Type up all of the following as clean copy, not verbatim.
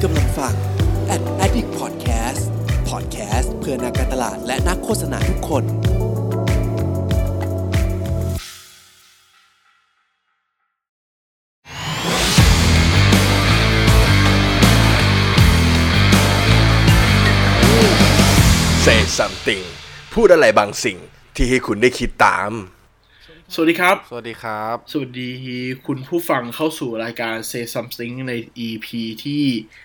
กำลังฟัง Addict Podcast Podcast เพื่อนักการตลาดและนักโฆษณาทุกคน Say something พูดอะไรบางสิ่งที่ให้คุณได้คิดตามสวัสดีครับสวัสดีครับสวัสดีคุณผู้ฟังเข้าสู่รายการ Say something ใน EP ที่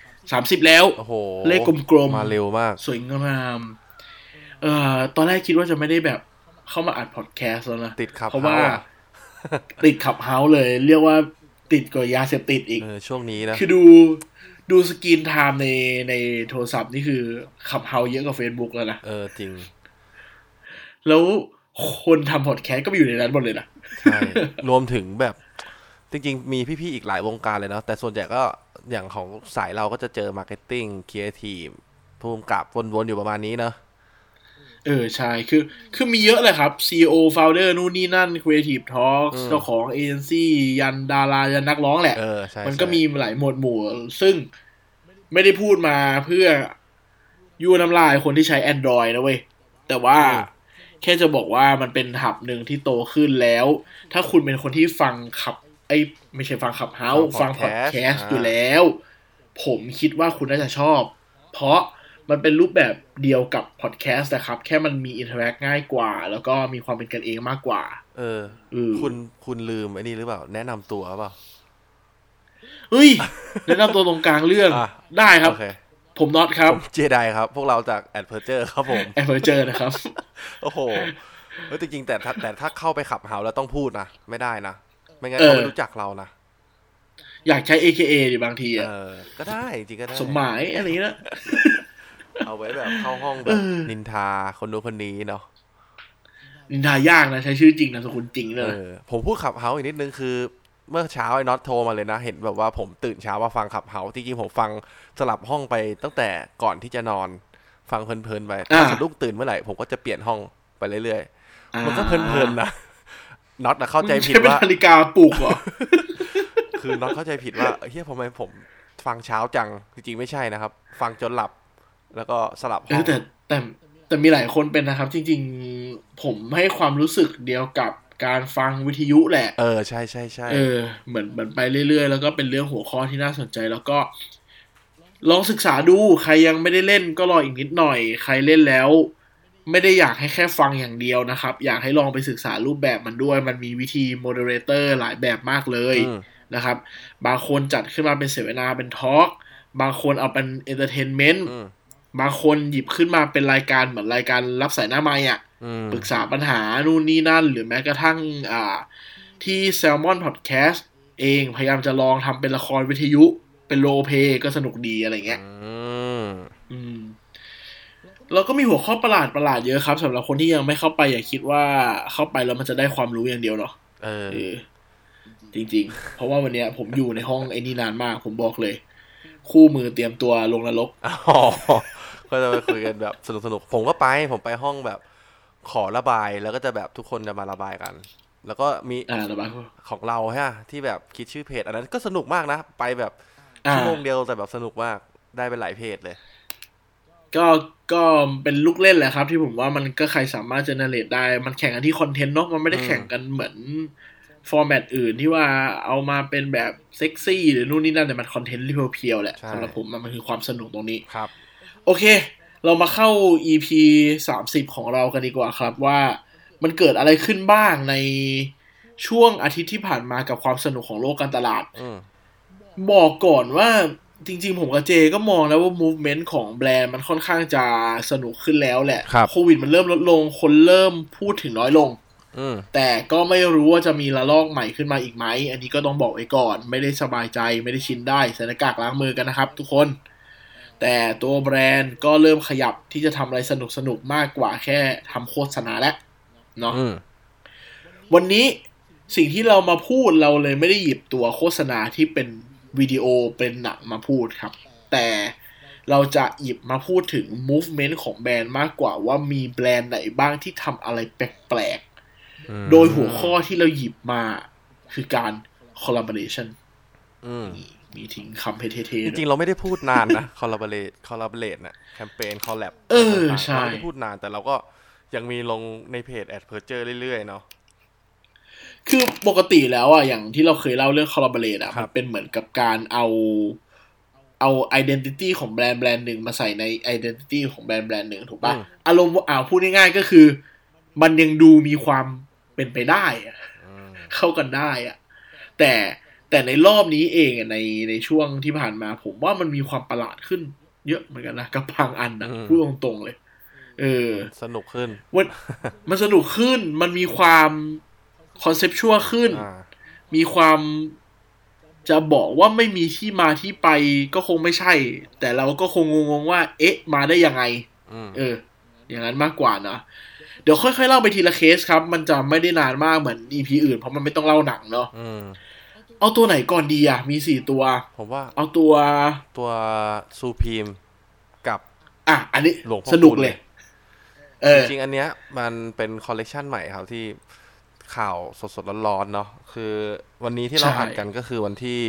30แล้วโอ้โหเลขกลมๆมาเร็วมากสวยงามตอนแรกคิดว่าจะไม่ได้แบบเข้ามาอัดพอดแคสต์แล้วนะติดขับเพราะว่าติดขับเฮาส์เลยเรียกว่าติดกว่ายาเสพติดอีกช่วงนี้นะคือดูสกรีนไทม์ในโทรศัพท์นี่คือขับเฮาส์เยอะกว่า Facebook แล้วนะจริงแล้วคนทำพอดแคสต์ก็ไปอยู่ในนั้นหมดเลยนะใช่รวมถึงแบบจริงๆมีพี่ๆอีกหลายวงการเลยเนาะแต่ส่วนใหญ่ก็อย่างของสายเราก็จะเจอมาร์เก็ตติ้งครีเอทีฟผู้กำกับวนๆอยู่ประมาณนี้เนาะใช่คือมีเยอะเลยครับ CEO Founder นู่นนี่นั่น Creative Talks เจ้าของเอเจนซี่ยันดารายันนักร้องแหละมันก็มีหลายหมวดหมู่ซึ่งไม่ได้พูดมาเพื่อยั่วน้ำลายคนที่ใช้ Android นะเว้ยแต่ว่าแค่จะบอกว่ามันเป็นหับหนึ่งที่โตขึ้นแล้วถ้าคุณเป็นคนที่ฟังขับไม่ใช่ฟังขับเฮาส์ฟังพอดแคสต์อยู่แล้วผมคิดว่าคุณน่าจะชอบเพราะมันเป็นรูปแบบเดียวกับพอดแคสต์นะครับแค่มันมีอินเทอร์แอคง่ายกว่าแล้วก็มีความเป็นกันเองมากกว่าคุณลืมไอ้นี่หรือเปล่าแนะนำตัวเปล่าเฮ้ยแนะนำตัวตรงกลางเรื่องได้ครับผมน็อตครับเจไดครับพวกเราจาก Adventure ครับผม Adventure นะครับโอ้โหจริงๆแต่ถ้าเข้าไปขับเฮาแล้วต้องพูดนะไม่ได้นะไม่งั้นเขาไม่รู้จักเรานะอยากใช้ AKA ดิบางทีก็ได้จริงก็ได้สมหมายอะไรนี้นะเอาไว้แบบเข้าห้องแบบนินทาคนนู้นคนนี้เนาะนินทายากนะใช้ชื่อจริงนามสกุลจริงเลยผมพูดขับเฮาอีกนิดนึงคือเมื่อเช้าไอ้น็อตโทรมาเลยนะเห็นแบบว่าผมตื่นเช้ามาฟังขับเฮาจริงๆผมฟังสลับห้องไปตั้งแต่ก่อนที่จะนอนฟังเพลินๆไปถ้าสะดุ้งตื่นเมื่อไหร่ผมก็จะเปลี่ยนห้องไปเรื่อยๆมันก็เพลินๆนะน็อตเข้าใจผิดว่านาฬิกาปลุกเหรอคือน็อตเข้าใจผิดว่าเฮ้ยทำไมผมฟังเช้าจังจริงๆไม่ใช่นะครับฟังจนหลับแล้วก็สลับห้องแต่มีหลายคนเป็นนะครับจริงๆผมให้ความรู้สึกเดียวกับการฟังวิทยุแหละใช่ๆเหมือนไปเรื่อยๆแล้วก็เป็นเรื่องหัวข้อที่น่าสนใจแล้วก็ลองศึกษาดูใครยังไม่ได้เล่นก็รออีกนิดหน่อยใครเล่นแล้วไม่ได้อยากให้แค่ฟังอย่างเดียวนะครับอยากให้ลองไปศึกษารูปแบบมันด้วยมันมีวิธีโมเดเลเตอร์หลายแบบมากเลยนะครับบางคนจัดขึ้นมาเป็นเสวนาเป็นทอล์กบางคนเอาเป็นเอนเตอร์เทนเมนต์บางคนหยิบขึ้นมาเป็นรายการเหมือนรายการรับสายหน้าไมค์ปรึกษาปัญหานู่นนี่นั่นหรือแม้กระทั่งที่ Salmon Podcast เองพยายามจะลองทำเป็นละครวิทยุเป็นโรลเพลย์ก็สนุกดีอะไรเงี้ยแล้วก็มีหัวข้อประหลาดเยอะครับสำหรับคนที่ยังไม่เข้าไปอย่าคิดว่าเข้าไปแล้วมันจะได้ความรู้อย่างเดียวเนาะจริงๆเพราะว่าวันนี้ผมอยู่ในห้องไอ้นี่นานมากผมบอกเลยคู่มือเตรียมตัวลงนรกก็จะไปคุยกันแบบสนุกผมไปห้องแบบขอระบายแล้วก็จะแบบทุกคนจะมาระบายกันแล้วก็มีระบายของเราฮะที่แบบคิดชื่อเพจอันนั้นก็สนุกมากนะไปแบบชั่วโมงเดียวแต่แบบสนุกมากได้เป็นหลายเพจเลยก็เป็นลูกเล่นแหละครับที่ผมว่ามันก็ใครสามารถเจเนเรตได้มันแข่งกันที่คอนเทนต์เนาะมันไม่ได้แข่งกันเหมือนฟอร์แมตอื่นที่ว่าเอามาเป็นแบบเซ็กซี่หรือนู่นนี่นั่นแต่มันคอนเทนต์ที่เพียวๆแหละสำหรับผมมันคือความสนุกตรงนี้ครับโอเคเรามาเข้า EP 30ของเรากันดีกว่าครับว่ามันเกิดอะไรขึ้นบ้างในช่วงอาทิตย์ที่ผ่านมากับความสนุกของโลกการตลาดบอกก่อนว่าจริงๆผมกับเจก็มองแล้วว่า movement ของแบรนด์มันค่อนข้างจะสนุกขึ้นแล้วแหละโควิดมันเริ่มลดลงคนเริ่มพูดถึงน้อยลงแต่ก็ไม่รู้ว่าจะมีระลอกใหม่ขึ้นมาอีกไหมอันนี้ก็ต้องบอกไว้ก่อนไม่ได้สบายใจไม่ได้ชินได้ใส่หน้ากากล้างมือกันนะครับทุกคนแต่ตัวแบรนด์ก็เริ่มขยับที่จะทำอะไรสนุกมากกว่าแค่ทำโฆษณาแล้วเนาะวันนี้สิ่งที่เรามาพูดเราเลยไม่ได้หยิบตัวโฆษณาที่เป็นวิดีโอเป็นหนังมาพูดครับแต่เราจะหยิบมาพูดถึง movement ของแบรนด์มากกว่าว่ามีแบรนด์ไหนบ้างที่ทำอะไรแปลกๆโดยหัวข้อที่เราหยิบมาคือการ collaboration มีทิ้งคำเพเทจริงๆเราไม่ได้พูดนานนะคอลลาบอเรทน่ะแคมเปญคอลแลบใช่เราไม่ได้พูดนานแต่เราก็ยังมีลงในเพจ @percher เรื่อยๆเนาะคือปกติแล้วอ่ะอย่างที่เราเคยเล่าเรื่อง collaborate อ่ะมันเป็นเหมือนกับการเอา identity ของแบรนด์หนึ่งมาใส่ใน identity ของแบรนด์หนึ่งถูกป่ะอารมณ์พูดง่ายๆก็คือมันยังดูมีความเป็นไปได้อ่ะเข้ากันได้อ่ะแต่ในรอบนี้เองในช่วงที่ผ่านมาผมว่ามันมีความประหลาดขึ้นเยอะเหมือนกันนะกับบางอันนะพูดตรงๆเลยสนุกขึ้นมันสนุกขึ้นมันมีความคอนเซปชวลขึ้นมีความจะบอกว่าไม่มีที่มาที่ไปก็คงไม่ใช่แต่เราก็คงงงว่าเอ๊ะมาได้ยังไงอย่างนั้นมากกว่านะเดี๋ยวค่อยๆเล่าไปทีละเคสครับมันจะไม่ได้นานมากเหมือน EP อื่นเพราะมันไม่ต้องเล่าหนังเนาะเอาตัวไหนก่อนดีอ่ะมี4ตัวผมว่าเอาตัวซูพีมกับอันนี้สนุกเลยจริงๆอันเนี้ยมันเป็นคอลเลกชันใหม่ครับที่ข่าวสดๆร้อนๆเนาะคือวันนี้ที่เราอ่านกันก็คือวันที่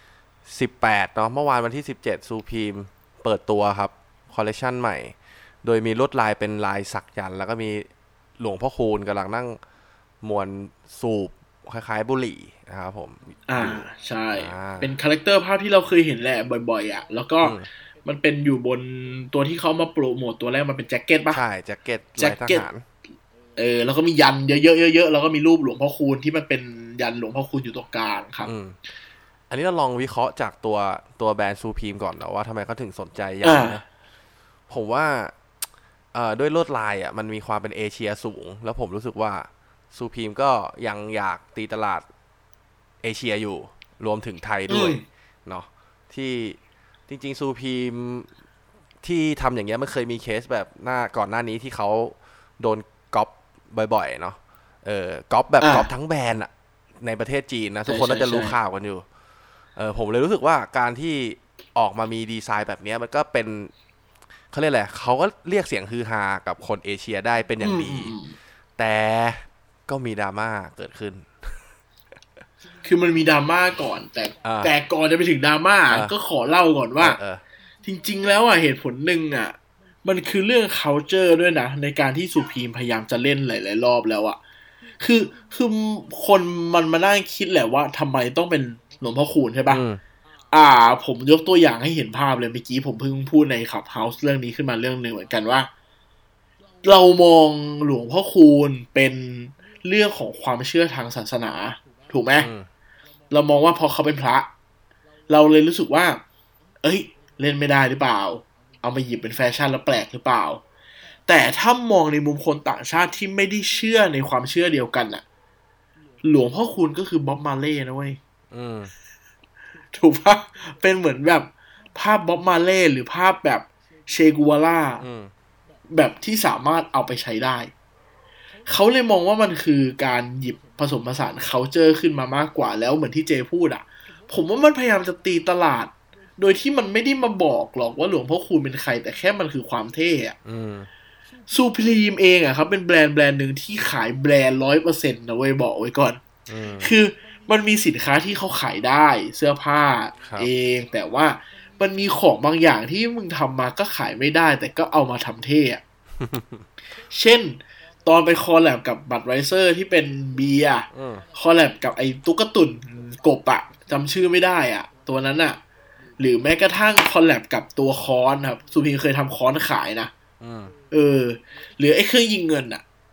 18เนาะเมื่อวานวันที่17ซูพีมเปิดตัวครับคอลเลกชันใหม่โดยมีลวดลายเป็นลายสักยันต์แล้วก็มีหลวงพ่อคูณกำลังนั่งมวนสูบคล้ายๆบุหรี่นะครับผมใช่เป็นคาแรคเตอร์ภาพที่เราเคยเห็นแหละบ่อยๆอ่ะแล้วก็มันเป็นอยู่บนตัวที่เขามาโปรโมทตัวแรกมันเป็นแจ็คเก็ตป่ะใช่แจ็คเก็ตลายทหารแล้วก็มียันเยอะๆแล้วก็มีรูปหลวงพ่อคูณที่มันเป็นยันหลวงพ่อคูณอยู่ตรงกลางครับอันนี้เราลองวิเคราะห์จากตัวแบรนด์ซูพีมก่อนนะว่าทำไมเขาถึงสนใจยันนะผมว่าด้วยลวดลายอ่ะมันมีความเป็นเอเชียสูงแล้วผมรู้สึกว่าซูพีมก็ยังอยากตีตลาดเอเชียอยู่รวมถึงไทยด้วยเนาะที่จริงๆซูพีมที่ทำอย่างเงี้ยมันเคยมีเคสแบบก่อนหน้านี้ที่เขาโดนก๊อปบ่อยๆเนาะก๊อปแบบก๊อปทั้งแบรนด์อ่ะในประเทศจีนนะทุกคนน่าจะรู้ข่าวกันอยู่ผมเลยรู้สึกว่าการที่ออกมามีดีไซน์แบบนี้มันก็เป็นเขาเรียกอะไรเขาก็เรียกเสียงฮือฮากับคนเอเชียได้เป็นอย่างดีแต่ก็มีดราม่าเกิดขึ้นคือมันมีดราม่าก่อนแต่ก่อนจะไปถึงดราม่าก็ขอเล่าก่อนว่าจริงๆแล้วเหตุผลหนึ่งมันคือเรื่อง culture ด้วยนะในการที่สุพีมพยายามจะเล่นหลายๆรอบแล้วคือคนมันมานั่งคิดแหละว่าทำไมต้องเป็นหลวงพ่อคูณใช่ปะผมยกตัวอย่างให้เห็นภาพเลยเมื่อกี้ผมเพิ่งพูดในขับเฮาส์เรื่องนี้ขึ้นมาเรื่องนึงเหมือนกันว่าเรามองหลวงพ่อคูณเป็นเรื่องของความเชื่อทางศาสนาถูกไหมเรามองว่าพอเขาเป็นพระเราเลยรู้สึกว่าเล่นไม่ได้หรือเปล่าเอามาหยิบเป็นแฟชั่นแล้วแปลกหรือเปล่าแต่ถ้ามองในมุมคนต่างชาติที่ไม่ได้เชื่อในความเชื่อเดียวกันหลวงพ่อคูณก็คือบ๊อบมาเล่นะเว้ยถูกปะเป็นเหมือนแบบภาพบ๊อบมาเล่หรือภาพแบบเชกูวาร่าแบบที่สามารถเอาไปใช้ได้เขาเลยมองว่ามันคือการหยิบผสมผสานcultureขึ้นมามากกว่าแล้วเหมือนที่เจพูดผมว่ามันพยายามจะตีตลาดโดยที่มันไม่ได้มาบอกหรอกว่าหลวงพ่อคูณเป็นใครแต่แค่มันคือความเท่ซูพรีมเองครับเป็นแบรนด์หนึ่งที่ขายแบรนด์ 100% นะเว้ยบอกไว้ก่อนคือมันมีสินค้าที่เขาขายได้เสื้อผ้าเองแต่ว่ามันมีของบางอย่างที่มึงทำมาก็ขายไม่ได้แต่ก็เอามาทำเท่เช่นตอนไปคอลแลบกับบัตรไรเซอร์ที่เป็นเบียร์คอลแลบกับไอ้ตุ๊กตุ่นกบจำชื่อไม่ได้ตัวนั้นหรือแม้กระทั่งคอลแลบกับตัวค้อนครับสุพีเคยทำค้อนขายนะหรือไอ้เครื่องยิงเงิน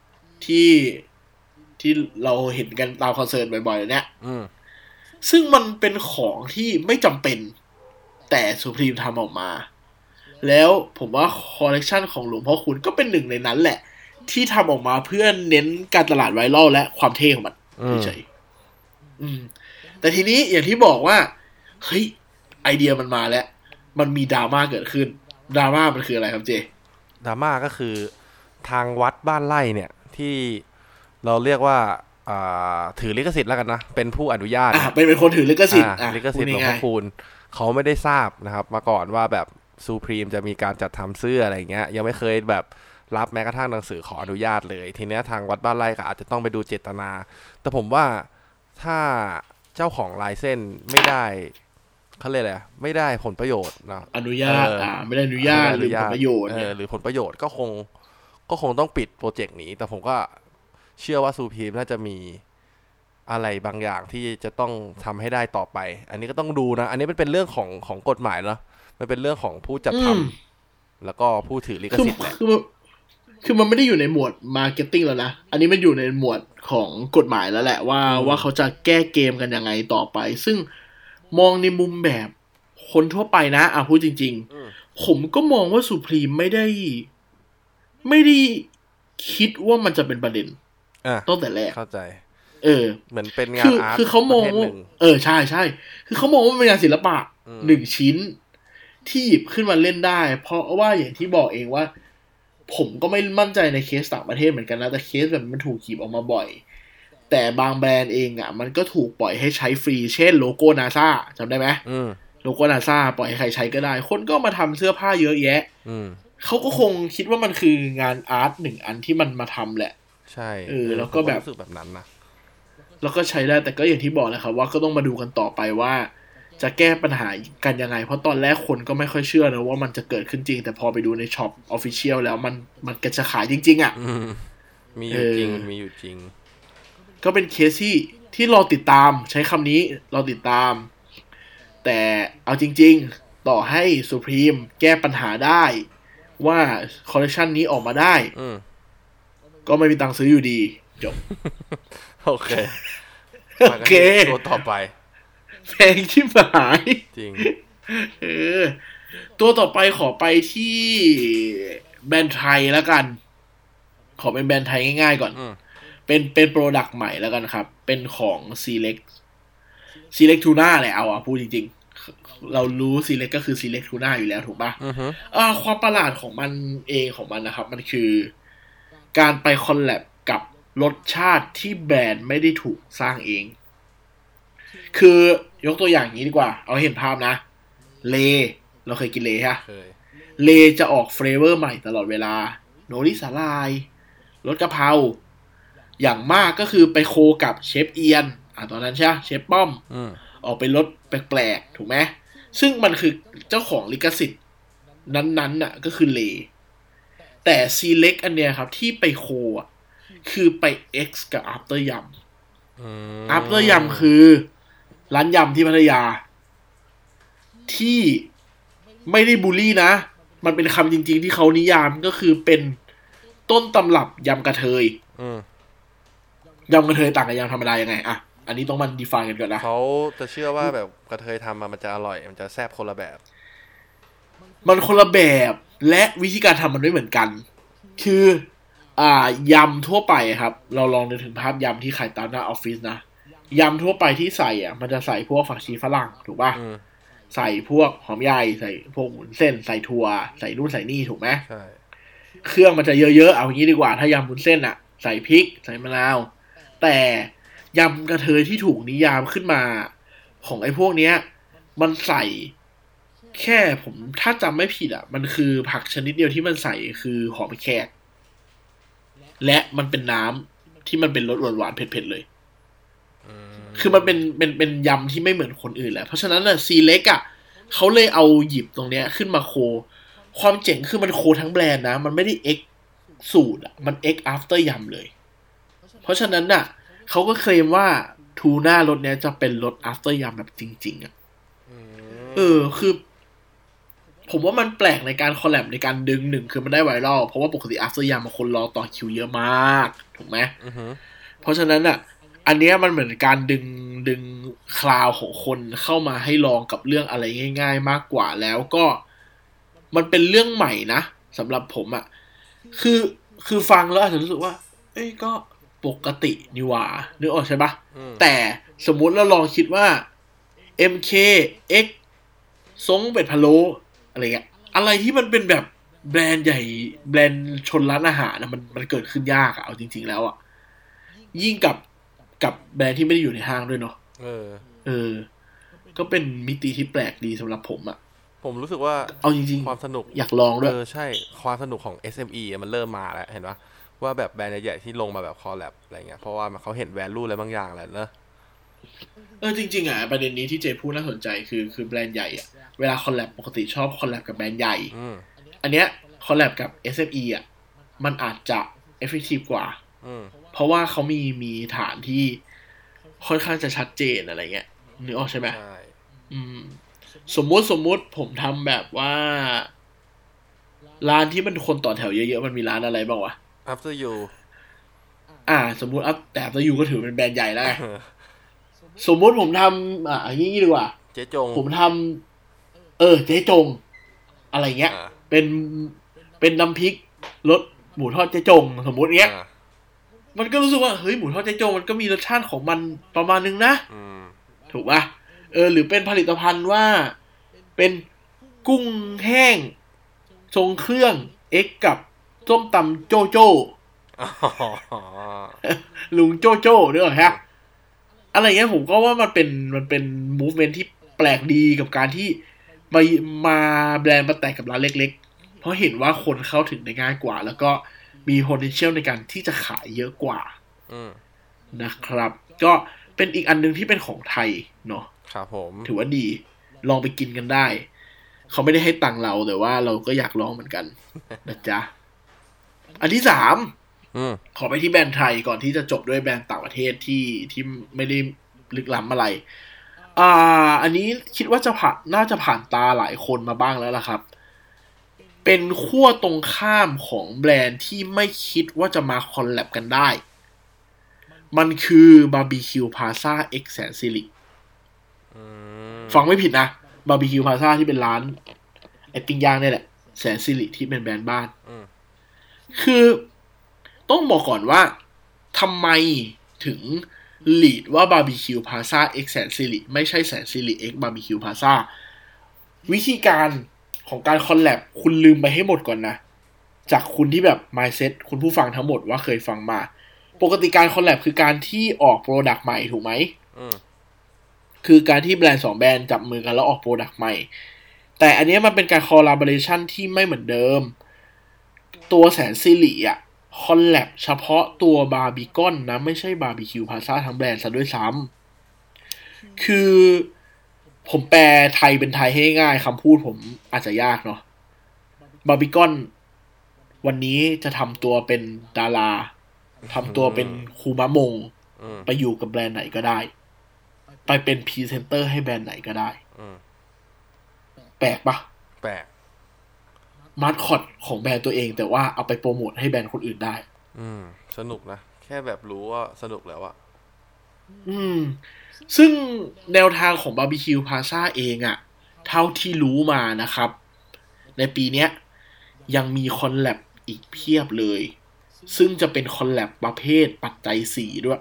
ที่เราเห็นกันตามคอนเสิร์ตบ่อยๆเนี่ยซึ่งมันเป็นของที่ไม่จำเป็นแต่สุพรีมทำออกมาแล้วผมว่าคอลเลกชันของหลวงพ่อคูณก็เป็นหนึ่งในนั้นแหละที่ทำออกมาเพื่อเน้นการตลาดไวรัลและความเท่ของมันเฉยแต่ทีนี้อย่างที่บอกว่าเฮ้ยไอเดียมันมาแล้วมันมีดราม่าเกิดขึ้นดราม่ามันคืออะไรครับเจดราม่าก็คือทางวัดบ้านไร่เนี่ยที่เราเรียกว่าถือลิขสิทธิ์แล้วกันนะเป็นผู้อนุญาตเป็นคนถือลิขสิทธิ์ลิขสิทธิ์หลวงพ่อคูณเขาไม่ได้ทราบนะครับมาก่อนว่าแบบซูพรีมจะมีการจัดทำเสื้ออะไรเงี้ยยังไม่เคยแบบรับแม้กระทั่งหนังสือขออนุญาตเลยทีเนี้ยทางวัดบ้านไร่ก็อาจจะต้องไปดูเจตนาแต่ผมว่าถ้าเจ้าของลายเส้นไม่ได้เขาเรียกอะไรไม่ได้ผลประโยชน์นะอนุญาตไม่ได้อนุญาตหรือผลประโยชน์หรือผลประโยชน์ก็คงต้องปิดโปรเจกต์นี้แต่ผมก็เชื่อว่าซูพรีมน่าจะมีอะไรบางอย่างที่จะต้องทำให้ได้ต่อไปอันนี้ก็ต้องดูนะอันนี้มันเป็นเรื่องของกฎหมายเนาะมันเป็นเรื่องของผู้จัดทำแล้วก็ผู้ถือลิขสิทธิ์แหละคือมันไม่ได้อยู่ในหมวดมาร์เก็ตติ้งแล้วนะอันนี้มันอยู่ในหมวดของกฎหมายแล้วแหละว่าเขาจะแก้เกมกันยังไงต่อไปซึ่งมองในมุมแบบคนทั่วไปนะพูดจริงๆผมก็มองว่าสุพรีมไม่ได้คิดว่ามันจะเป็นประเด็นตั้งแต่แรกเข้าใจเหมือนเป็นงานอาร์ตคือเขามองใช่คือเขามองว่าเป็นงานศิลปะหนึ่งชิ้นที่หยิบขึ้นมาเล่นได้เพราะว่าอย่างที่บอกเองว่าผมก็ไม่มั่นใจในเคสต่างประเทศเหมือนกันนะแต่เคสแบบมันถูกหยิบออกมาบ่อยแต่บางแบรนด์เองมันก็ถูกปล่อยให้ใช้ฟรีเช่นโลโก้ NASA จำได้ไหมโลโก้ NASA ปล่อยให้ใครใช้ก็ได้คนก็มาทำเสื้อผ้าเยอะแยะเขาก็คงคิดว่ามันคืองานอาร์ตหนึ่งอันที่มันมาทำแหละใช่แล้วก็แบบรู้สึกแบบนั้นนะแล้วก็ใช้ได้แต่ก็อย่างที่บอกแหละครับว่าก็ต้องมาดูกันต่อไปว่าจะแก้ปัญหากันยังไงเพราะตอนแรกคนก็ไม่ค่อยเชื่อนะว่ามันจะเกิดขึ้นจริงแต่พอไปดูในช็อป Official แล้วมันจะขายจริงๆมีอยู่จริงมีอยู่จริงก็เป็นเคสที่รอติดตามใช้คำนี้รอติดตามแต่เอาจริงๆต่อให้ Supreme แก้ปัญหาได้ว่าคอลเลคชันนี้ออกมาได้ก็ไม่มีตังค์ซื้ออยู่ดีจบโอเคตัวต่อไปแพงชิบหายจริงตัวต่อไปขอไปที่แบรนด์ไทยแล้วกันขอเป็นแบรนด์ไทยง่ายๆก่อนเป็นโปรดักต์ใหม่แล้วกันครับเป็นของ Select Tuna แหละพูดจริงๆเรารู้ Select ก็คือ Select Tuna อยู่แล้วถูกป่ะความประหลาดของมันเองของมันนะครับมันคือการไปคอลแลบกับรสชาติที่แบรนด์ไม่ได้ถูกสร้างเองคือยกตัวอย่างนี้ดีกว่าเอาเห็นภาพนะเลเราเคยกินเลฮะเลจะออกเฟลเวอร์ใหม่ตลอดเวลาโนริสาลายรสกะเพราอย่างมากก็คือไปโคกับเชฟเอียนตอนนั้นใช่เชฟป้อมออกเป็นรสแปลกๆถูกไหมซึ่งมันคือเจ้าของลิขสิทธิ์นั้นๆน่ะก็คือเลแต่ Select อันเนี้ยครับที่ไปโคคือไป X กับ After ยำ After ยำคือร้านยำที่พัทยาที่ไม่ได้บูลลี่นะมันเป็นคำจริงๆที่เขานิยามก็คือเป็นต้นตำรับยำกระเทยยำกระเทยต่างกับยำธรรมดายังไงอันนี้ต้องมัน define กันก่อนนะเขาจะเชื่อว่าแบบกระเทยทำมันจะอร่อยมันจะแซ่บคนละแบบมันคนละแบบและวิธีการทำมันไม่เหมือนกันคือยำทั่วไปครับเราลองนึกถึงภาพยำที่ขายตามหน้าออฟฟิศนะยำทั่วไปที่ใส่มันจะใส่พวกผักชีฝรั่งถูกป่ะใส่พวกหอมใหญ่ใส่พวกหมูเส้นใส่ถั่วใส่นู่นใส่นี่ถูกไหมใช่เครื่องมันจะเยอะๆเอาอย่างนี้ดีกว่าถ้ายำวุ้นเส้นใส่พริกใส่มะนาวแต่ยำกระเทยที่ถูกนิยามขึ้นมาของไอ้พวกเนี้ยมันใส่แค่ผมถ้าจำไม่ผิดมันคือผักชนิดเดียวที่มันใส่คือหอมแขกและมันเป็นน้ำที่มันเป็นรสหวานๆเผ็ดๆเลยคือมันเป็นยำที่ไม่เหมือนคนอื่นแหละเพราะฉะนั้นSelectเขาเลยเอาหยิบตรงเนี้ยขึ้นมาโคความเจ๋งคือมันโคทั้งแบรนด์นะมันไม่ได้ X สูตรมัน X after ยำเลยเพราะฉะนั้นเขาก็เคลมว่าทูน่ารสเนี้ยจะเป็นรส after ยำแบบจริงๆคือผมว่ามันแปลกในการคอลแลบในการดึงหนึ่งคือมันได้ไวรัลเพราะว่าปกติ after ยำคนรอต่อคิวเยอะมากถูกไหมเพราะฉะนั้นอันเนี้ยมันเหมือนการดึงคลาวของคนเข้ามาให้ลองกับเรื่องอะไรง่ายๆมากกว่าแล้วก็มันเป็นเรื่องใหม่นะสำหรับผมคือฟังแล้วอาจจะรู้สึกว่าก็ปกตินี่หว่านึกออกใช่ปะแต่สมมุติเราลองคิดว่า MK X ซงเป็ดพะโล้อะไรเงี้ยอะไรที่มันเป็นแบบแบรนด์ใหญ่แบรนด์ชนร้านอาหารมันเกิดขึ้นยากเอาจริงๆแล้วยิ่งกับแบรนด์ที่ไม่ได้อยู่ในห้างด้วยเนาะก็เป็นมิติที่แปลกดีสำหรับผมผมรู้สึกว่าเอาจริงๆความสนุกอยากลองด้วยใช่ความสนุกของ SME มันเริ่มมาแล้วเห็นปะว่าแบบแบรนด์ใหญ่ๆที่ลงมาแบบคอลแลบอะไรเงี้ยเพราะว่าเขาเห็น value อะไรบางอย่างแหละเนอะจริงๆประเด็นนี้ที่เจพูดน่าสนใจคือแบรนด์ใหญ่เวลาคอลแลบปกติชอบคอลแลบกับแบรนด์ใหญ่อันเนี้ยคอลแลบกับ SME มันอาจจะ effective กว่าเพราะว่าเขามีฐานที่ค่อนข้างจะชัดเจนอะไรเงี้ยนึกออกใช่ไหมสมมุติผมทำแบบว่าร้านที่มันคนต่อแถวเยอะๆมันมีร้านอะไรบ้างวะ After You สมมุติแต่ After You ก็ถือเป็นแบรนด์ใหญ่แล้ว สมมุติผมทำอย่างนี้ดีกว่าเจ๊จงผมทำเจ๊จงอะไรเงี้ยเป็นน้ำพริกรสหมูทอดเจ๊จงสมมุติเงี้ยมันก็รู้สึกว่าเฮ้ยหมูทอดเจ๊จงมันก็มีรสชาติของมันประมาณนึงนะถูกป่ะหรือเป็นผลิตภัณฑ์ว่าเป็นกุ้งแห้งทรงเครื่องกับส้มตำโจโจ้ลุงโจโจ้ด้วยเหรอฮะอะไรเงี้ยผมก็ว่ามันเป็น movement ที่แปลกดีกับการที่มาแบรนด์มาแตกกับร้านเล็กๆเพราะเห็นว่าคนเข้าถึงได้ง่ายกว่าแล้วก็มี potential ในการที่จะขายเยอะกว่านะครับก็เป็นอีกอันนึงที่เป็นของไทยเนาะครับผมถือว่าดีลองไปกินกันได้เขาไม่ได้ให้ตังค์เราแต่ว่าเราก็อยากลองเหมือนกันนะจ๊ะอันที่3ขอไปที่แบรนด์ไทยก่อนที่จะจบด้วยแบรนด์ต่างประเทศที่ไม่ได้ลึกล้ำอะไรอันนี้คิดว่าน่าจะผ่านตาหลายคนมาบ้างแล้วล่ะครับเป็นขั้วตรงข้ามของแบรนด์ที่ไม่คิดว่าจะมาคอลแลบกันได้มันคือบาร์บีคิวพาซ่าเอ็กแสนสิริฟังไม่ผิดนะบาร์บีคิวพาซ่าที่เป็นร้านไอปิ้งย่างนี่แหละแสนสิริที่เป็นแบรนด์บ้านคือต้องบอกก่อนว่าทำไมถึงลีดว่าบาร์บีคิวพาซ่าเอ็กแสนสิริไม่ใช่แสนสิริเอ็กบาร์บีคิวพาซ่าวิธีการของการคอลแลบคุณลืมไปให้หมดก่อนนะจากคุณที่แบบ mindset คุณผู้ฟังทั้งหมดว่าเคยฟังมาปกติการคอลแลบคือการที่ออกโปรดักต์ใหม่ถูกไหมคือการที่แบรนด์2แบรนด์จับมือกันแล้วออกโปรดักต์ใหม่แต่อันนี้มันเป็นการคอลลาบอเรชั่นที่ไม่เหมือนเดิมตัวแสนสิริคอลแลบเฉพาะตัวบาร์บีคอนนะไม่ใช่บาร์บีคิวพาซ่าทั้งแบรนด์ซะด้วยซ้ำคือผมแปลไทยเป็นไทยให้ง่ายคำพูดผมอาจจะยากเนาะบาร์บีคอนวันนี้จะทำตัวเป็นดาราทำตัวเป็นคูมะมงไปอยู่กับแบรนด์ไหนก็ได้ไปเป็นพรีเซนเตอร์ให้แบรนด์ไหนก็ได้แปลกปะแปลกมาสคอตของแบรนด์ตัวเองแต่ว่าเอาไปโปรโมทให้แบรนด์คนอื่นได้สนุกนะแค่แบบรู้ว่าสนุกแล้วอะซึ่งแนวทางของบาร์บีคิวพาซ่าเองเท่าที่รู้มานะครับในปีนี้ยังมีคอลแลบอีกเพียบเลยซึ่งจะเป็นคอลแลบประเภทปัจจัย4ด้วย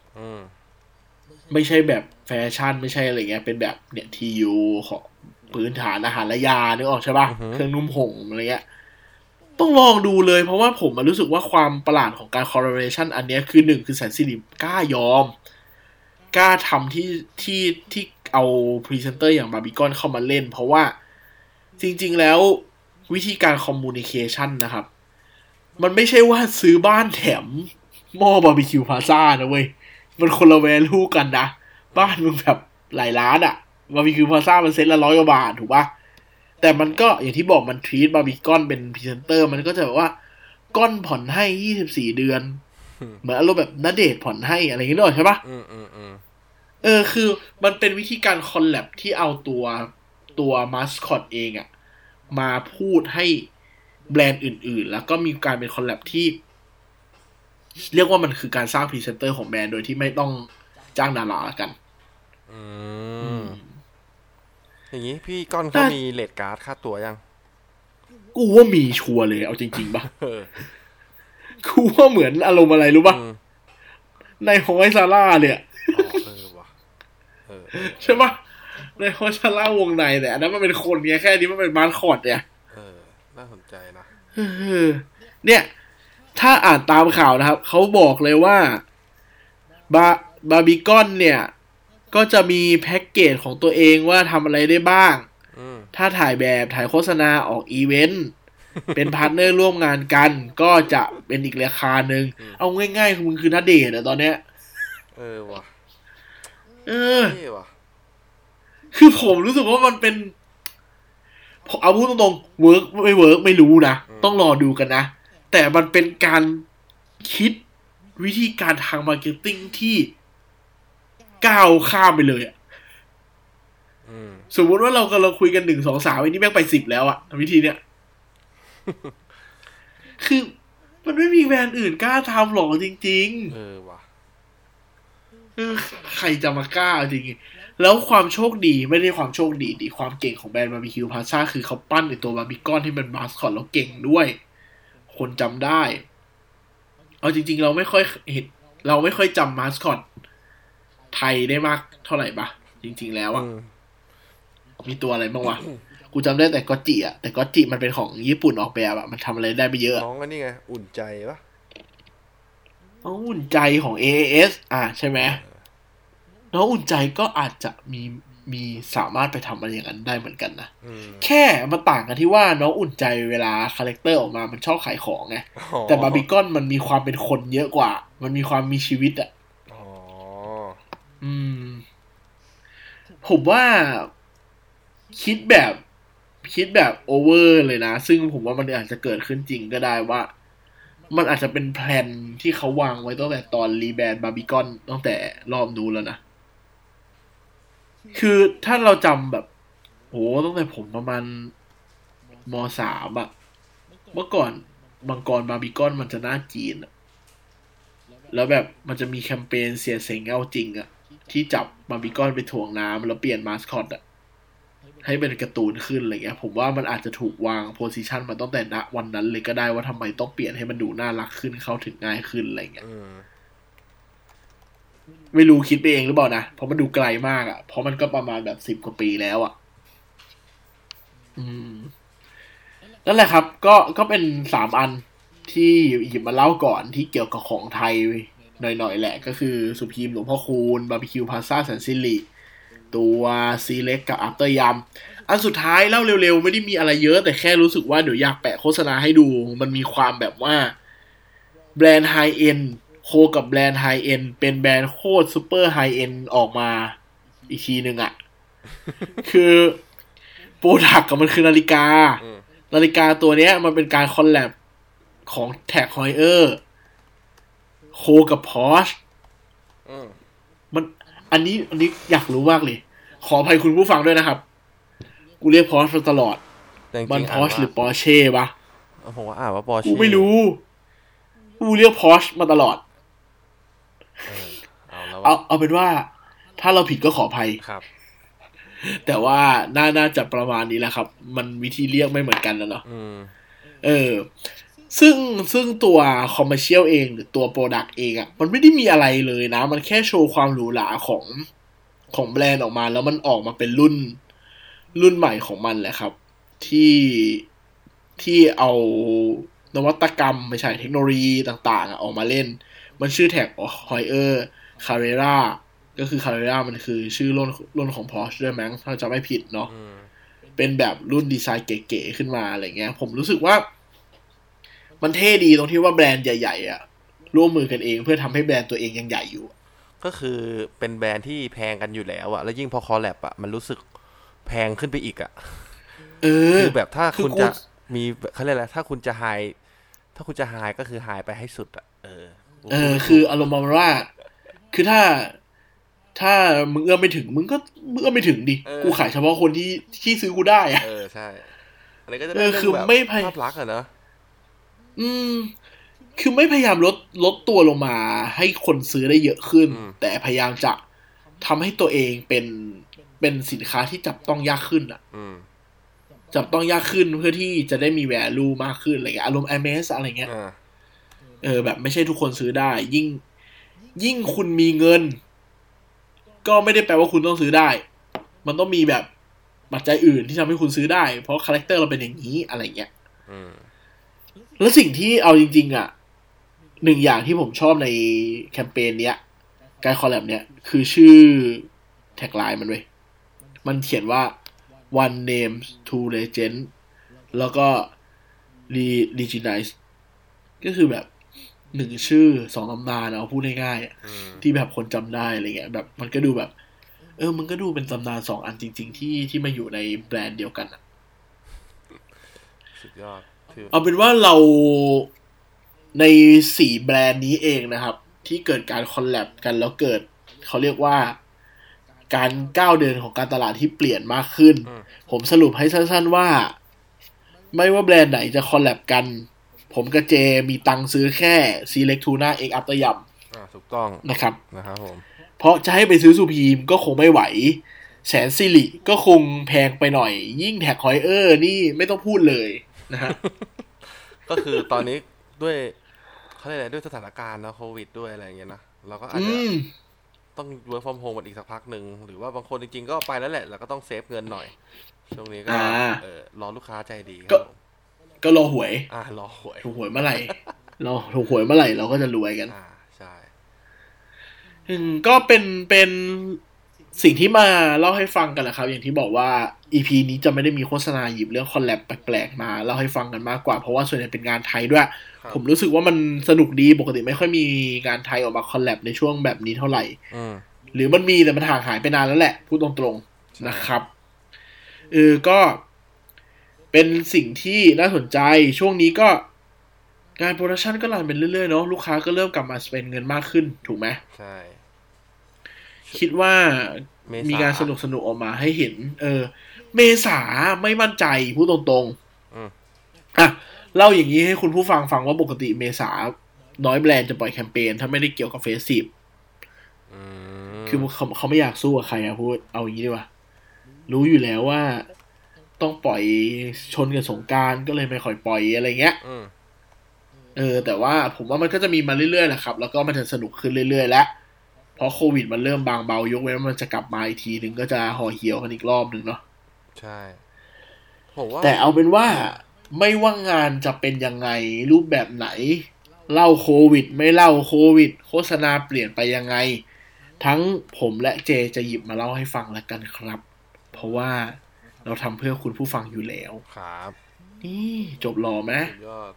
ไม่ใช่แบบแฟชั่นไม่ใช่อะไรเงี้ยเป็นแบบเนี่ยทียูของพื้นฐานอาหารและยานึกออกใช่ป่ะเครื่องนุ่มห่มอะไรเงี้ยต้องลองดูเลยเพราะว่าผมรู้สึกว่าความประหลาดของการคอลลาบอเรชั่นอันนี้คือ1คือแสนสิริกล้ายอมกล้าทำที่เอาพรีเซนเตอร์อย่างบาร์บีคอนเข้ามาเล่นเพราะว่าจริงๆแล้ววิธีการคอมมูนิเคชันนะครับมันไม่ใช่ว่าซื้อบ้านแถมหม้อบาร์บีคิวพาซ่านะเว้ยมันคนละแวลูกันนะบ้านมึงแบบหลายล้านบาร์บีคิวพาซ่ามันเซ็ตละ100 กว่าบาทถูกป่ะแต่มันก็อย่างที่บอกมันทรีตบาร์บีคอนเป็นพรีเซนเตอร์มันก็จะแบบว่าก้อนผ่อนให้24 เดือนเหมือนอารมณ์แบบณเดชน์ผ่อนให้อะไรอย่างเงี้ยใช่ป่ะคือมันเป็นวิธีการคอลแลบที่เอาตัวมาสคอตเองมาพูดให้แบรนด์อื่นๆแล้วก็มีการเป็นคอลแลบที่เรียกว่ามันคือการสร้างพรีเซนเตอร์ของแบรนด์โดยที่ไม่ต้องจ้างดารากันอย่างนี้พี่ก้อนเขามีเรทการ์ดค่าตัวยังกูว่ามีชัวร์เลยเอาจริงๆป่ะกูว่าเหมือนอารมณ์อะไรรู้ป่ะในของไอซาร่าเนี่ยใช่ป่ะในของไอซาร่าวงในแต่อันนั้นมันเป็นคนไงแค่นี้มันเป็นมาสคอตเนี่ยน่าสนใจนะเนี่ยถ้าอ่านตามข่าวนะครับเขาบอกเลยว่าบาร์บีคอนเนี่ยก็จะมีแพ็กเกจของตัวเองว่าทำอะไรได้บ้างถ้าถ่ายแบบถ่ายโฆษณาออกอีเวนต์เป็นพาร์ทเนอร์ร่วมงานกันก็จะเป็นอีกราคาหนึ่งเอาง่ายๆมึงคือณเดชน์ตอนเนี้ยว่ะคือผมรู้สึกว่ามันเป็นเอาพูดตรงๆเวิร์กไม่เวิร์กไม่รู้นะต้องรอดูกันนะแต่มันเป็นการคิดวิธีการทางมาร์เก็ตติ้งที่ก้าวข้ามไปเลยอ่ะสมมติว่าเรากำลังคุยกัน1 2 3ไอ้นี่แม่งไป10แล้วอ่ะวิธีเนี้ยคือมันไม่มีแบรนด์อื่นกล้าทำหรอกจริงๆว่ะใครจะมากล้าจริงแล้วความโชคดีไม่ได้ความโชคดีดิความเก่งของแบรนด์บาร์บีคิวพาซ่าคือเขาปั้นในตัวบาร์บีคอนที่เป็นมาสคอตแล้วเก่งด้วยคนจำได้เอาจริงๆเราไม่ค่อยจำมาสคอตไทยได้มากเท่าไหร่ปะจริงๆแล้วอ่ะมีตัวอะไรบ้างวะกูจำได้แต่ก็จิอ่ะแต่ก็จิมันเป็นของญี่ปุ่นออกแบบอ่ะมันทำอะไรได้ไม่เยอะน้องก็นี่ไงอุ่นใจปะอุ่นใจของ AAS ใช่ไหมน้องอุ่นใจก็อาจจะมีสามารถไปทำอะไรอย่างนั้นได้เหมือนกันนะแค่มันต่างกันที่ว่าน้องอุ่นใจเวลาคาแรคเตอร์ออกมามันชอบขายของไงแต่บาร์บีคอนมันมีความเป็นคนเยอะกว่ามันมีความมีชีวิตอ่ะผมว่าคิดแบบโอเวอร์เลยนะซึ่งผมว่ามันอาจจะเกิดขึ้นจริงก็ได้ว่ามันอาจจะเป็นแพลนที่เขาวางไว้ตั้งแต่ตอนรีแบรนด์บาร์บีคอนตั้งแต่รอบนู้นแล้วนะคือถ้าเราจำแบบโหตั้งแต่ผมประมาณม.3 อะเมื่อก่อนมังกรบาร์บีคอนมันจะหน้าจีนอะแล้วแบบมันจะมีแคมเปญเสียเซ็งเอาจริงอะที่จับบาร์บีคอนไปถ่วงน้ำแล้วเปลี่ยนมาสคอตอะให้เป็นการ์ตูนขึ้นอะไรเงี้ยผมว่ามันอาจจะถูกวางโพสิชันมาตั้งแต่ณวันนั้นเลยก็ได้ว่าทำไมต้องเปลี่ยนให้มันดูน่ารักขึ้นเข้าถึงง่ายขึ้นอะไรเงี้ยไม่รู้คิดไปเองหรือเปล่านะเพราะมันดูไกลมากอ่ะเพราะมันก็ประมาณแบบ10 กว่าปีแล้วอ่ะนั่นแหละครับก็เป็น3 อันที่หยิบมาเล่าก่อนที่เกี่ยวกับของไทยหน่อยๆแหละก็คือสุพีมหลวงพ่อคูณบาร์บีคิวพาซ่าแสนสิริตัวซีเล็กกับอัปเตอร์ยำอันสุดท้ายเล่าเร็วๆไม่ได้มีอะไรเยอะแต่แค่รู้สึกว่าเดี๋ยวอยากแปะโฆษณาให้ดูมันมีความแบบว่าแบรนด์ไฮเอ็นโคกับแบรนด์ไฮเอ็นเป็นแบรนด์โคตรซูเปอร์ไฮเอ็นออกมาอีกทีนึงอ่ะ คือโปรดักต์กับมันคือนาฬิกาตัวเนี้ยมันเป็นการคอลแลบของแท็กฮอยเออร์โคกับพอร์ชมันอันนี้อยากรู้มากเลยขออภัยคุณผู้ฟังด้วยนะครับกูเรียกพอร์ชมาตลอดมันพอร์ชหรือปอร์เช่ปะผมว่าว่าปอร์เช่กูไม่รู้กูเรียกพอร์ชมาตลอดเอาเป็นว่าถ้าเราผิดก็ขออภัยครับแต่ว่าน่าจะประมาณนี้แหละครับมันวิธีเรียกไม่เหมือนกันแล้วเนาะซึ่งตัวคอมเมอร์เชียลเองหรือตัวโปรดักต์เองอ่ะมันไม่ได้มีอะไรเลยนะมันแค่โชว์ความหรูหราของแบรนด์ออกมาแล้วมันออกมาเป็นรุ่นใหม่ของมันแหละครับที่เอานวัตกรรมไม่ใช่เทคโนโลยีต่างๆออกมาเล่นมันชื่อแท็กฮอยเออร์คาเรราก็คือคาเรรามันคือชื่อรุ่นของ Porsche ด้วยมั้งถ้าจะไม่ผิดเนาะเป็นแบบรุ่นดีไซน์เก๋ๆขึ้นมาอะไรเงี้ยผมรู้สึกว่ามันเท่ดีตรงที่ว่าแบรนด์ใหญ่ๆอ่ะร่วมมือกันเองเพื่อทำให้แบรนด์ตัวเองยังใหญ่อยู่ก็คือเป็นแบรนด์ที่แพงกันอยู่แล้วอ่ะแล้วยิ่งพอคอลแลบอ่ะมันรู้สึกแพงขึ้นไปอีกอ่ะคือแบบถ้าคุณจะมีเขาเรียกอะไรถ้าคุณจะไฮก็คือไฮไปให้สุดอ่ะคืออารมณ์ว่าคือถ้ามึงเอื้อมไม่ถึงมึงก็เอื้อมไม่ถึงดิกูขายเฉพาะคนที่ซื้อกูได้อ่ะใช่อะไรก็จะได้คือแบบภาพลักษณ์อ่ะเนาะคือไม่พยายามลดตัวลงมาให้คนซื้อได้เยอะขึ้นแต่พยายามจะทำให้ตัวเองเป็นสินค้าที่จับต้องยากขึ้นอ่ะจับต้องยากขึ้นเพื่อที่จะได้มี value มากขึ้นอะไรเงี้ยอารมณ์ MS อะไรเงี้ยแบบไม่ใช่ทุกคนซื้อได้ยิ่งคุณมีเงินก็ไม่ได้แปลว่าคุณต้องซื้อได้มันต้องมีแบบปัจจัยอื่นที่ทำให้คุณซื้อได้เพราะคาแรคเตอร์เราเป็นอย่างนี้อะไรเงี้ยแล้วสิ่งที่เอาจริงๆอ่ะ1อย่างที่ผมชอบในแคมเปญเนี้ยการคอลแลบเนี้ยคือชื่อแท็กไลน์มันเว้ยมันเขียนว่า one name two legend แล้วก็ legitimize ก็คือแบบ1ชื่อ2ตำนานเอาพูดง่ายๆที่แบบคนจำได้อะไรเงี้ยแบบมันก็ดูแบบมันก็ดูเป็นตำนาน2อันจริงๆที่มาอยู่ในแบรนด์เดียวกันอะสุดยอดเอาเป็นว่าเราใน4แบรนด์นี้เองนะครับที่เกิดการคอลแลบกันแล้วเกิดเขาเรียกว่าการก้าวเดินของการตลาดที่เปลี่ยนมากขึ้นผมสรุปให้สั้นๆว่าไม่ว่าแบรนด์ไหนจะคอลแลบกันผมกับเจมีตังค์ซื้อแค่ Select Tuna Egg After Yum ถูกต้องนะครับผมเพราะจะให้ไปซื้อซูพีมก็คงไม่ไหวแสนสิริก็คงแพงไปหน่อยยิ่งแท็กฮอยนี่ไม่ต้องพูดเลยนะฮะก็คือตอนนี้ด้วยเขาเรียกอะไรด้วยสถานการณ์นะโควิดด้วยอะไรอย่างเงี้ยนะเราก็อาจจะต้อง work from home อีกสักพักหนึ่งหรือว่าบางคนจริงๆก็ไปแล้วแหละแล้วก็ต้องเซฟเงินหน่อยช่วงนี้ก็รอลูกค้าใจดีก็รอหวยรอหวยถูกหวยเมื่อไหร่เราถูกหวยเมื่อไหร่เราก็จะรวยกันใช่ก็เป็นสิ่งที่มาเล่าให้ฟังกันแหละครับอย่างที่บอกว่า EP นี้จะไม่ได้มีโฆษณาหยิบเรื่องคอลแลบแปลกๆมาเล่าให้ฟังกันมากกว่าเพราะว่าส่วนใหญ่เป็นงานไทยด้วยผมรู้สึกว่ามันสนุกดีปกติไม่ค่อยมีงานไทยออกมาคอลแลบในช่วงแบบนี้เท่าไหร่หรือมันมีแต่มันห่างหายไปนานแล้วแหละพูดตรงๆนะครับก็เป็นสิ่งที่น่าสนใจช่วงนี้ก็งานโปรดักชันก็รันเป็นเรื่อยๆเนาะลูกค้าก็เริ่มกลับมาสเปนเงินมากขึ้นถูกไหมใช่คิดว่ามีการสนุกออกมาให้เห็นเมษาไม่มั่นใจพูดตรงๆเล่าอย่างนี้ให้คุณผู้ฟังว่าปกติเมษาน้อยแบรนด์จะปล่อยแคมเปญถ้าไม่ได้เกี่ยวกับเฟสทีฟคือเขาไม่อยากสู้กับใครพูดเอาอย่างนี้ดีกว่ารู้อยู่แล้วว่าต้องปล่อยชนกับสงกรานต์ก็เลยไม่ค่อยปล่อยอะไรเงี้ยแต่ว่าผมว่ามันก็จะมีมาเรื่อยๆแหละครับแล้วก็มันจะสนุกขึ้นเรื่อยๆแล้วเพราะโควิดมันเริ่มบางเบายกเว้นมันจะกลับมาอีกทีนึงก็จะห่อเหี่ยวกันอีกรอบนึงเนาะใช่ผมว่าแต่เอาเป็นว่าไม่ว่างานจะเป็นยังไงรูปแบบไหนเล่าโควิดไม่เล่าโควิดโฆษณาเปลี่ยนไปยังไงทั้งผมและเจจะหยิบมาเล่าให้ฟังแล้วกันครับเพราะว่าเราทำเพื่อคุณผู้ฟังอยู่แล้วครับนี่จบหล่อไหมยอด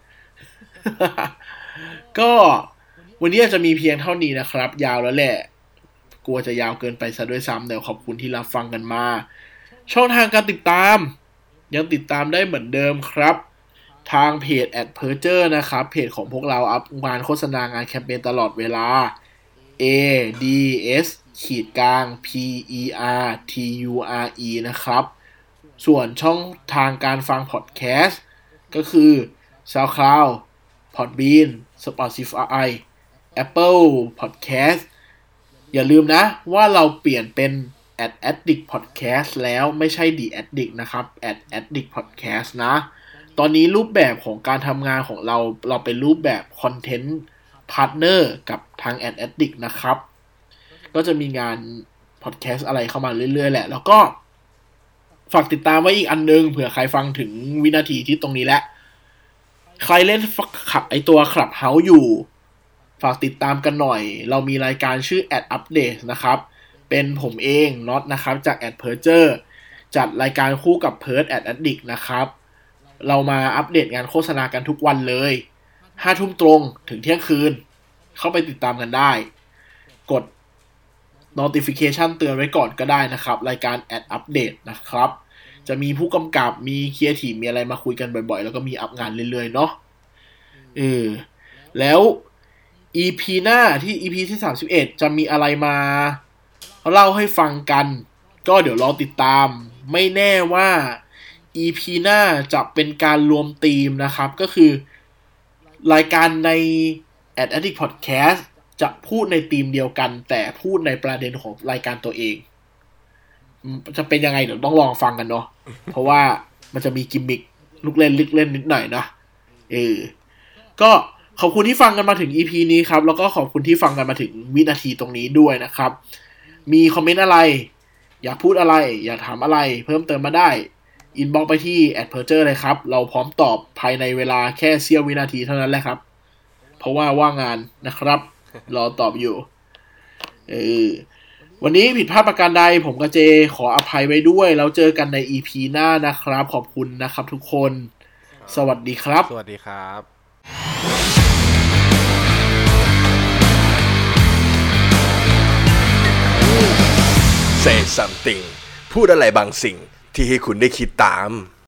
ก็วันนี้อาจจะมีเพียงเท่านี้นะครับยาวแล้วแหละกลัวจะยาวเกินไปซะด้วยซ้ำเดี๋ยวขอบคุณที่รับฟังกันมาช่องทางการติดตามยังติดตามได้เหมือนเดิมครับทางเพจ @perger นะครับเพจของพวกเราอัพงานโฆษณางานแคมเปญตลอดเวลา ADS-PERTURE นะครับส่วนช่องทางการฟังพอดแคสต์ก็คือ SoundCloud Podbean Spotify Apple Podcast อย่าลืมนะว่าเราเปลี่ยนเป็น @addict podcast แล้วไม่ใช่ The Addict นะครับ @addict podcast นะตอนนี้รูปแบบของการทำงานของเราเป็นรูปแบบ Content Partner กับทาง @addict นะครับก็จะมีงาน podcast อะไรเข้ามาเรื่อยๆแหละแล้วก็ฝากติดตามไว้อีกอันนึงเผื่อใครฟังถึงวินาทีที่ตรงนี้แล้วใครเล่นขับตัว Clubhouse อยู่ฝากติดตามกันหน่อยเรามีรายการชื่อ @update นะครับเป็นผมเองน็อตนะครับจาก @perger จัดรายการคู่กับ Perth @addict นะครับเรามาอัปเดตงานโฆษณากันทุกวันเลย 5 ทุ่มตรงถึงเที่ยงคืนเข้าไปติดตามกันได้กด notification เตือนไว้ก่อนก็ได้นะครับรายการ @update นะครับจะมีผู้กำกับมีครีเอทีฟมีอะไรมาคุยกันบ่อยๆแล้วก็มีอัปงานเรื่อยๆเนาะแล้ว EP หน้าที่ EP ที่31จะมีอะไรมาเล่าให้ฟังกันก็เดี๋ยวรอติดตามไม่แน่ว่า EP หน้าจะเป็นการรวมธีมนะครับก็คือรายการใน @addict podcast จะพูดในธีมเดียวกันแต่พูดในประเด็นของรายการตัวเองจะเป็นยังไงเดี๋ยวต้องลองฟังกันเนาะเพราะว่ามันจะมีกิมมิคลูกเล่นนิดหน่อยนะก็ขอบคุณที่ฟังกันมาถึง EP นี้ครับแล้วก็ขอบคุณที่ฟังกันมาถึงวินาทีตรงนี้ด้วยนะครับมีคอมเมนต์อะไรอยากพูดอะไรอยากถามอะไรเพิ่มเติมมาได้อินบ็อกซ์ไปที่ @perger เลยครับเราพร้อมตอบภายในเวลาแค่เสี้ยววินาทีเท่านั้นแหละครับเพราะว่าว่างงานนะครับรอตอบอยู่วันนี้ผิดพลาดประการใดผมกับเจขออภัยไว้ด้วยแล้วเจอกันใน EP หน้านะครับขอบคุณนะครับทุกคนสวัสดีครับสวัสดีครับ Say something พูดอะไรบางสิ่งที่ให้คุณได้คิดตาม